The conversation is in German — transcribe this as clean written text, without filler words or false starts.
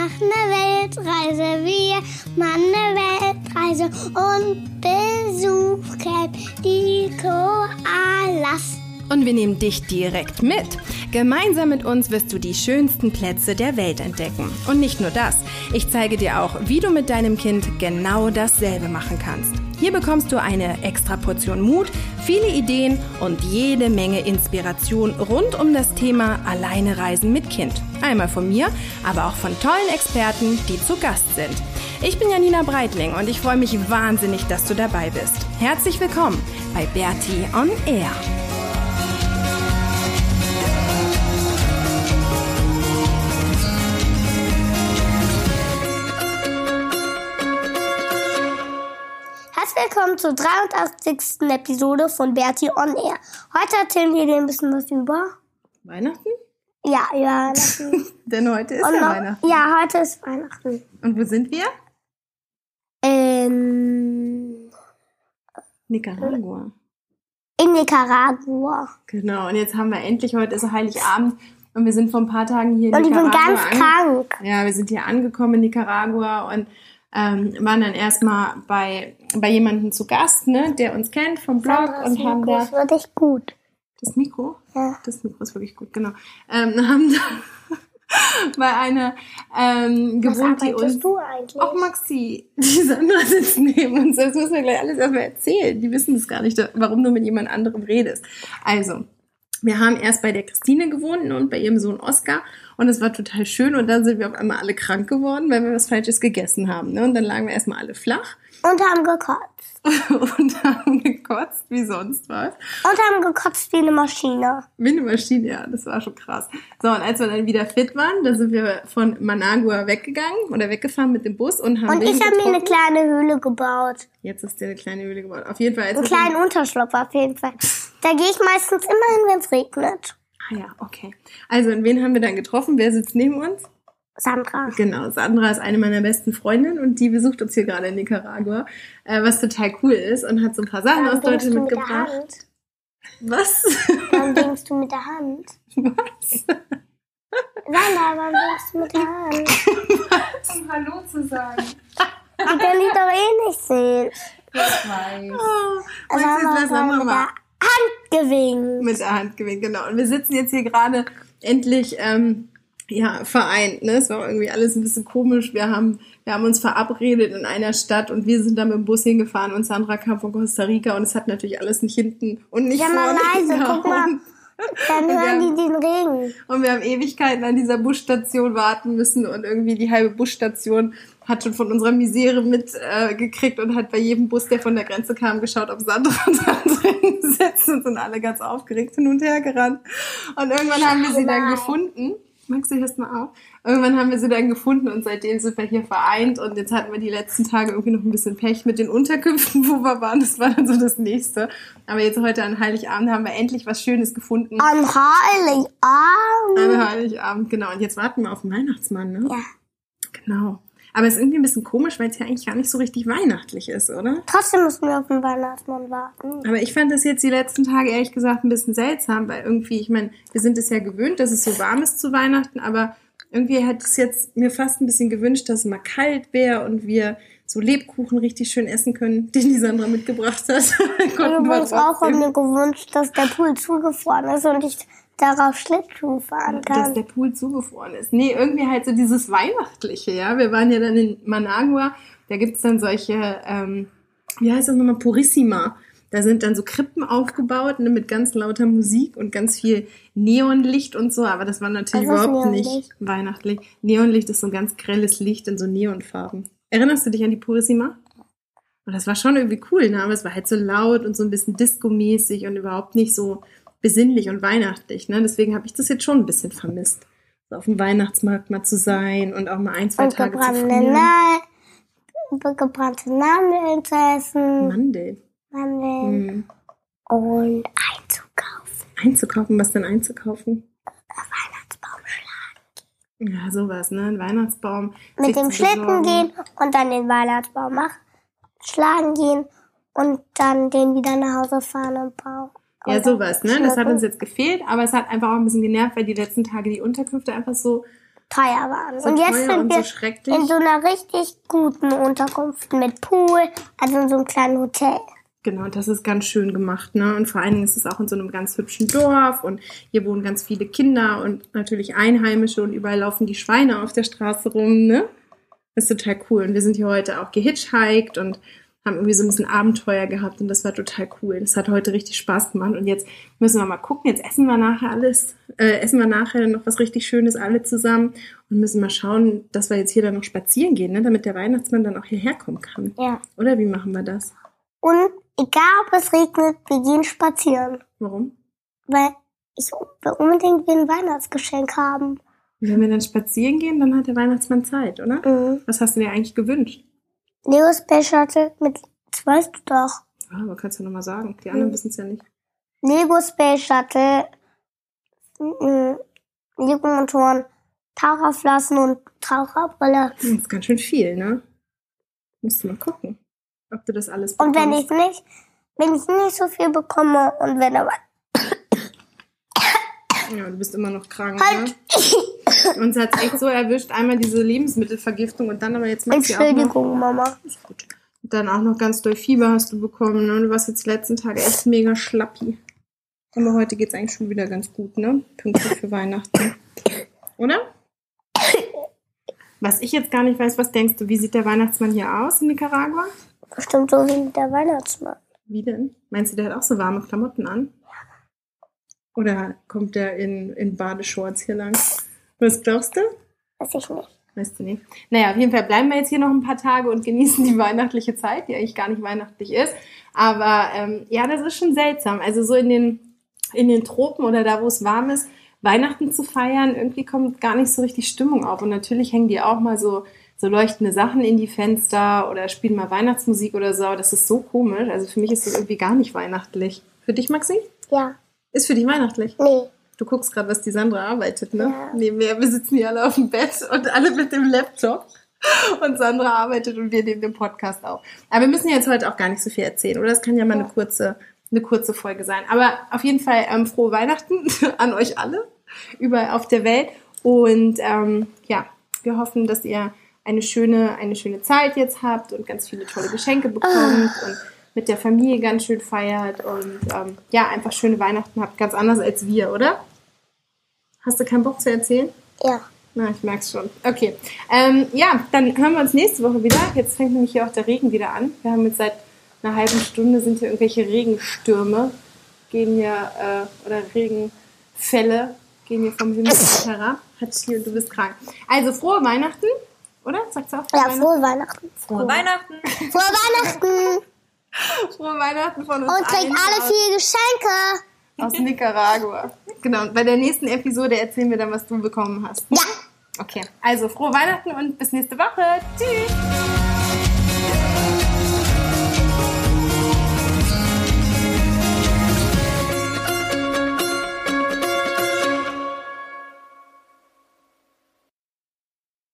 machen eine Weltreise. Wir machen eine Weltreise und besuchen die Koalas. Und wir nehmen dich direkt mit. Gemeinsam mit uns wirst du die schönsten Plätze der Welt entdecken. Und nicht nur das, ich zeige dir auch, wie du mit deinem Kind genau dasselbe machen kannst. Hier bekommst du eine extra Portion Mut, viele Ideen und jede Menge Inspiration rund um das Thema Alleine reisen mit Kind. Einmal von mir, aber auch von tollen Experten, die zu Gast sind. Ich bin Janina Breitling und ich freue mich wahnsinnig, dass du dabei bist. Herzlich willkommen bei Bertie on Air. Willkommen zur 83. Episode von Bertie on Air. Heute erzählen wir dir ein bisschen was über Weihnachten? Ja, Weihnachten. Denn heute ist ja Weihnachten. Ja, heute ist Weihnachten. Und wo sind wir? Nicaragua. In Nicaragua. Genau, und jetzt haben wir endlich, heute ist Heiligabend und wir sind vor ein paar Tagen hier in Nicaragua. Und ich bin ganz krank. Ja, wir sind hier angekommen in Nicaragua und waren dann erstmal bei jemandem zu Gast, ne, der uns kennt vom Blog. Das Mikro ist wirklich gut. Das Mikro? Ja. Das Mikro ist wirklich gut, genau. Haben da bei einer gewohnt, die uns... du eigentlich? Ach, Maxi, die Sandra sitzt neben uns. Das müssen wir gleich alles erstmal erzählen. Die wissen das gar nicht, warum du mit jemand anderem redest. Also, wir haben erst bei der Christine gewohnt und bei ihrem Sohn Oskar. Und es war total schön. Und dann sind wir auf einmal alle krank geworden, weil wir was Falsches gegessen haben. Ne? Und dann lagen wir erstmal alle flach. Und haben gekotzt. Und haben gekotzt, wie sonst was. Und haben gekotzt wie eine Maschine. Wie eine Maschine, ja, das war schon krass. So, und als wir dann wieder fit waren, dann sind wir von Managua weggefahren mit dem Bus und haben... Und ich habe mir eine kleine Höhle gebaut. Jetzt hast du eine kleine Höhle gebaut. Auf jeden Fall. Einen kleinen Unterschlupf, auf jeden Fall. Da gehe ich meistens immer hin, wenn es regnet. Ah ja, okay. Also, und wen haben wir dann getroffen? Wer sitzt neben uns? Sandra. Genau, Sandra ist eine meiner besten Freundinnen und die besucht uns hier gerade in Nicaragua, was total cool ist und hat so ein paar Sachen aus Deutschland mitgebracht. Was? Warum winkst du mit der Hand? Was? Sandra, warum winkst du mit der Hand? Was? Um Hallo zu sagen. Die können die doch eh nicht sehen. Ich weiß. Oh, also haben wir mit der Hand gewinkt. Mit der Hand gewinkt, genau. Und wir sitzen jetzt hier gerade endlich vereint. Ne? Es war irgendwie alles ein bisschen komisch. Wir haben uns verabredet in einer Stadt und wir sind da mit dem Bus hingefahren und Sandra kam von Costa Rica und es hat natürlich alles nicht hinten und nicht vorne. Ja, mal leise, guck mal. Dann hören die den Regen. Und wir haben Ewigkeiten an dieser Busstation warten müssen und irgendwie die halbe Busstation hat schon von unserer Misere mitgekriegt und hat bei jedem Bus, der von der Grenze kam, geschaut, ob Sandra und drin sitzt und sind alle ganz aufgeregt hin und her gerannt. Und irgendwann haben wir sie dann gefunden. Magst du erst mal auf? Irgendwann haben wir sie dann gefunden und seitdem sind wir hier vereint und jetzt hatten wir die letzten Tage irgendwie noch ein bisschen Pech mit den Unterkünften, wo wir waren. Das war dann so das Nächste. Aber jetzt heute an Heiligabend haben wir endlich was Schönes gefunden. An Heiligabend? An Heiligabend, genau. Und jetzt warten wir auf den Weihnachtsmann, ne? Ja. Genau. Aber es ist irgendwie ein bisschen komisch, weil es ja eigentlich gar nicht so richtig weihnachtlich ist, oder? Trotzdem müssen wir auf den Weihnachtsmann warten. Aber ich fand das jetzt die letzten Tage ehrlich gesagt ein bisschen seltsam, weil irgendwie, ich meine, wir sind es ja gewöhnt, dass es so warm ist zu Weihnachten, aber irgendwie hat es jetzt mir fast ein bisschen gewünscht, dass es mal kalt wäre und wir so Lebkuchen richtig schön essen können, den die Sandra mitgebracht hat. Ich habe übrigens auch mir gewünscht, dass der Pool zugefroren ist und ich darauf Schlittschuh fahren kann. Dass der Pool zugefroren ist. Nee, irgendwie halt so dieses Weihnachtliche, ja. Wir waren ja dann in Managua, da gibt's dann solche, wie heißt das nochmal, Purissima. Da sind dann so Krippen aufgebaut, ne, mit ganz lauter Musik und ganz viel Neonlicht und so, aber das war natürlich überhaupt nicht weihnachtlich. Neonlicht ist so ein ganz grelles Licht in so Neonfarben. Erinnerst du dich an die Purissima? Und das war schon irgendwie cool, ne? Aber es war halt so laut und so ein bisschen Disco-mäßig und überhaupt nicht so besinnlich und weihnachtlich, ne? Deswegen habe ich das jetzt schon ein bisschen vermisst, so auf dem Weihnachtsmarkt mal zu sein und auch mal 1-2 Tage zu frieren. Gebrannte Mandeln zu essen. Mandeln. Und einzukaufen. Einzukaufen? Was denn einzukaufen? Weihnachtsbaum schlagen. Ja, sowas, ne? Ein Weihnachtsbaum. Mit dem Schlitten gehen und dann den Weihnachtsbaum schlagen gehen und dann den wieder nach Hause fahren und bauen. Ja, sowas, ne? Das hat uns jetzt gefehlt, aber es hat einfach auch ein bisschen genervt, weil die letzten Tage die Unterkünfte einfach so teuer waren. So und jetzt teuer sind und wir so schrecklich. in so einer richtig guten Unterkunft mit Pool, also in so einem kleinen Hotel. Genau, das ist ganz schön gemacht, ne? Und vor allen Dingen ist es auch in so einem ganz hübschen Dorf und hier wohnen ganz viele Kinder und natürlich Einheimische und überall laufen die Schweine auf der Straße rum, ne? Das ist total cool. Und wir sind hier heute auch gehitchhiked und haben irgendwie so ein bisschen Abenteuer gehabt und das war total cool. Das hat heute richtig Spaß gemacht und jetzt müssen wir mal gucken. Jetzt essen wir nachher noch was richtig Schönes alle zusammen und müssen mal schauen, dass wir jetzt hier dann noch spazieren gehen, ne? Damit der Weihnachtsmann dann auch hierher kommen kann. Ja. Oder wie machen wir das? Und egal, ob es regnet, wir gehen spazieren. Warum? Weil ich will unbedingt ein Weihnachtsgeschenk haben. Und wenn wir dann spazieren gehen, dann hat der Weihnachtsmann Zeit, oder? Mhm. Was hast du dir eigentlich gewünscht? Lego Space Shuttle das weißt du doch. Ja, aber kannst du nochmal sagen. Die anderen wissen es ja nicht. Lego Space Shuttle, Lego-Motoren, Taucherflaschen und Taucherbrille. Das ist ganz schön viel, ne? Musst du mal gucken, ob du das alles Und bekommst. wenn ich nicht so viel bekomme und wenn aber Ja, du bist immer noch krank, halt, ne? Uns hat es echt so erwischt, einmal diese Lebensmittelvergiftung und dann aber jetzt macht sie auch noch, Entschuldigung, Mama. ist gut. Und dann auch noch ganz doll Fieber hast du bekommen, ne? Und du warst jetzt die letzten Tage echt mega schlappi. Aber heute geht's eigentlich schon wieder ganz gut, ne? Pünktlich für Weihnachten. Oder? Was ich jetzt gar nicht weiß, was denkst du, wie sieht der Weihnachtsmann hier aus in Nicaragua? Bestimmt so wie der Weihnachtsmann. Wie denn? Meinst du, der hat auch so warme Klamotten an? Oder kommt der in Badeshorts hier lang? Was glaubst du? Weiß ich nicht. Weißt du nicht. Naja, auf jeden Fall bleiben wir jetzt hier noch ein paar Tage und genießen die weihnachtliche Zeit, die eigentlich gar nicht weihnachtlich ist. Aber ja, das ist schon seltsam. Also so in den Tropen oder da, wo es warm ist, Weihnachten zu feiern, irgendwie kommt gar nicht so richtig Stimmung auf. Und natürlich hängen die auch mal so leuchtende Sachen in die Fenster oder spielen mal Weihnachtsmusik oder so. Das ist so komisch. Also für mich ist das irgendwie gar nicht weihnachtlich. Für dich, Maxi? Ja. Ist für dich weihnachtlich? Nee. Du guckst gerade, was die Sandra arbeitet, ne? Ja. Neben mir, wir sitzen hier alle auf dem Bett und alle mit dem Laptop. Und Sandra arbeitet und wir nehmen den Podcast auf. Aber wir müssen jetzt heute auch gar nicht so viel erzählen, oder? Das kann ja mal eine kurze Folge sein. Aber auf jeden Fall frohe Weihnachten an euch alle überall auf der Welt. Und ja, wir hoffen, dass ihr eine schöne Zeit jetzt habt und ganz viele tolle Geschenke bekommt und mit der Familie ganz schön feiert und ja, einfach schöne Weihnachten habt, ganz anders als wir, oder? Hast du keinen Bock zu erzählen? Ja. Na, ich merk's schon. Okay. Ja, dann hören wir uns nächste Woche wieder. Jetzt fängt nämlich hier auch der Regen wieder an. Wir haben jetzt seit einer halben Stunde sind hier irgendwelche Regenstürme, gehen hier, oder Regenfälle gehen hier vom Himmel herab. Und du bist krank. Also, frohe Weihnachten, oder? Sagst du auch Ja, frohe Weihnachten. Frohe Weihnachten! Frohe Weihnachten! Frohe Weihnachten von uns Und kriegt allen alle viele Geschenke. aus Nicaragua. Genau, und bei der nächsten Episode erzählen wir dann, was du bekommen hast. Ja. Okay, also frohe Weihnachten und bis nächste Woche. Tschüss!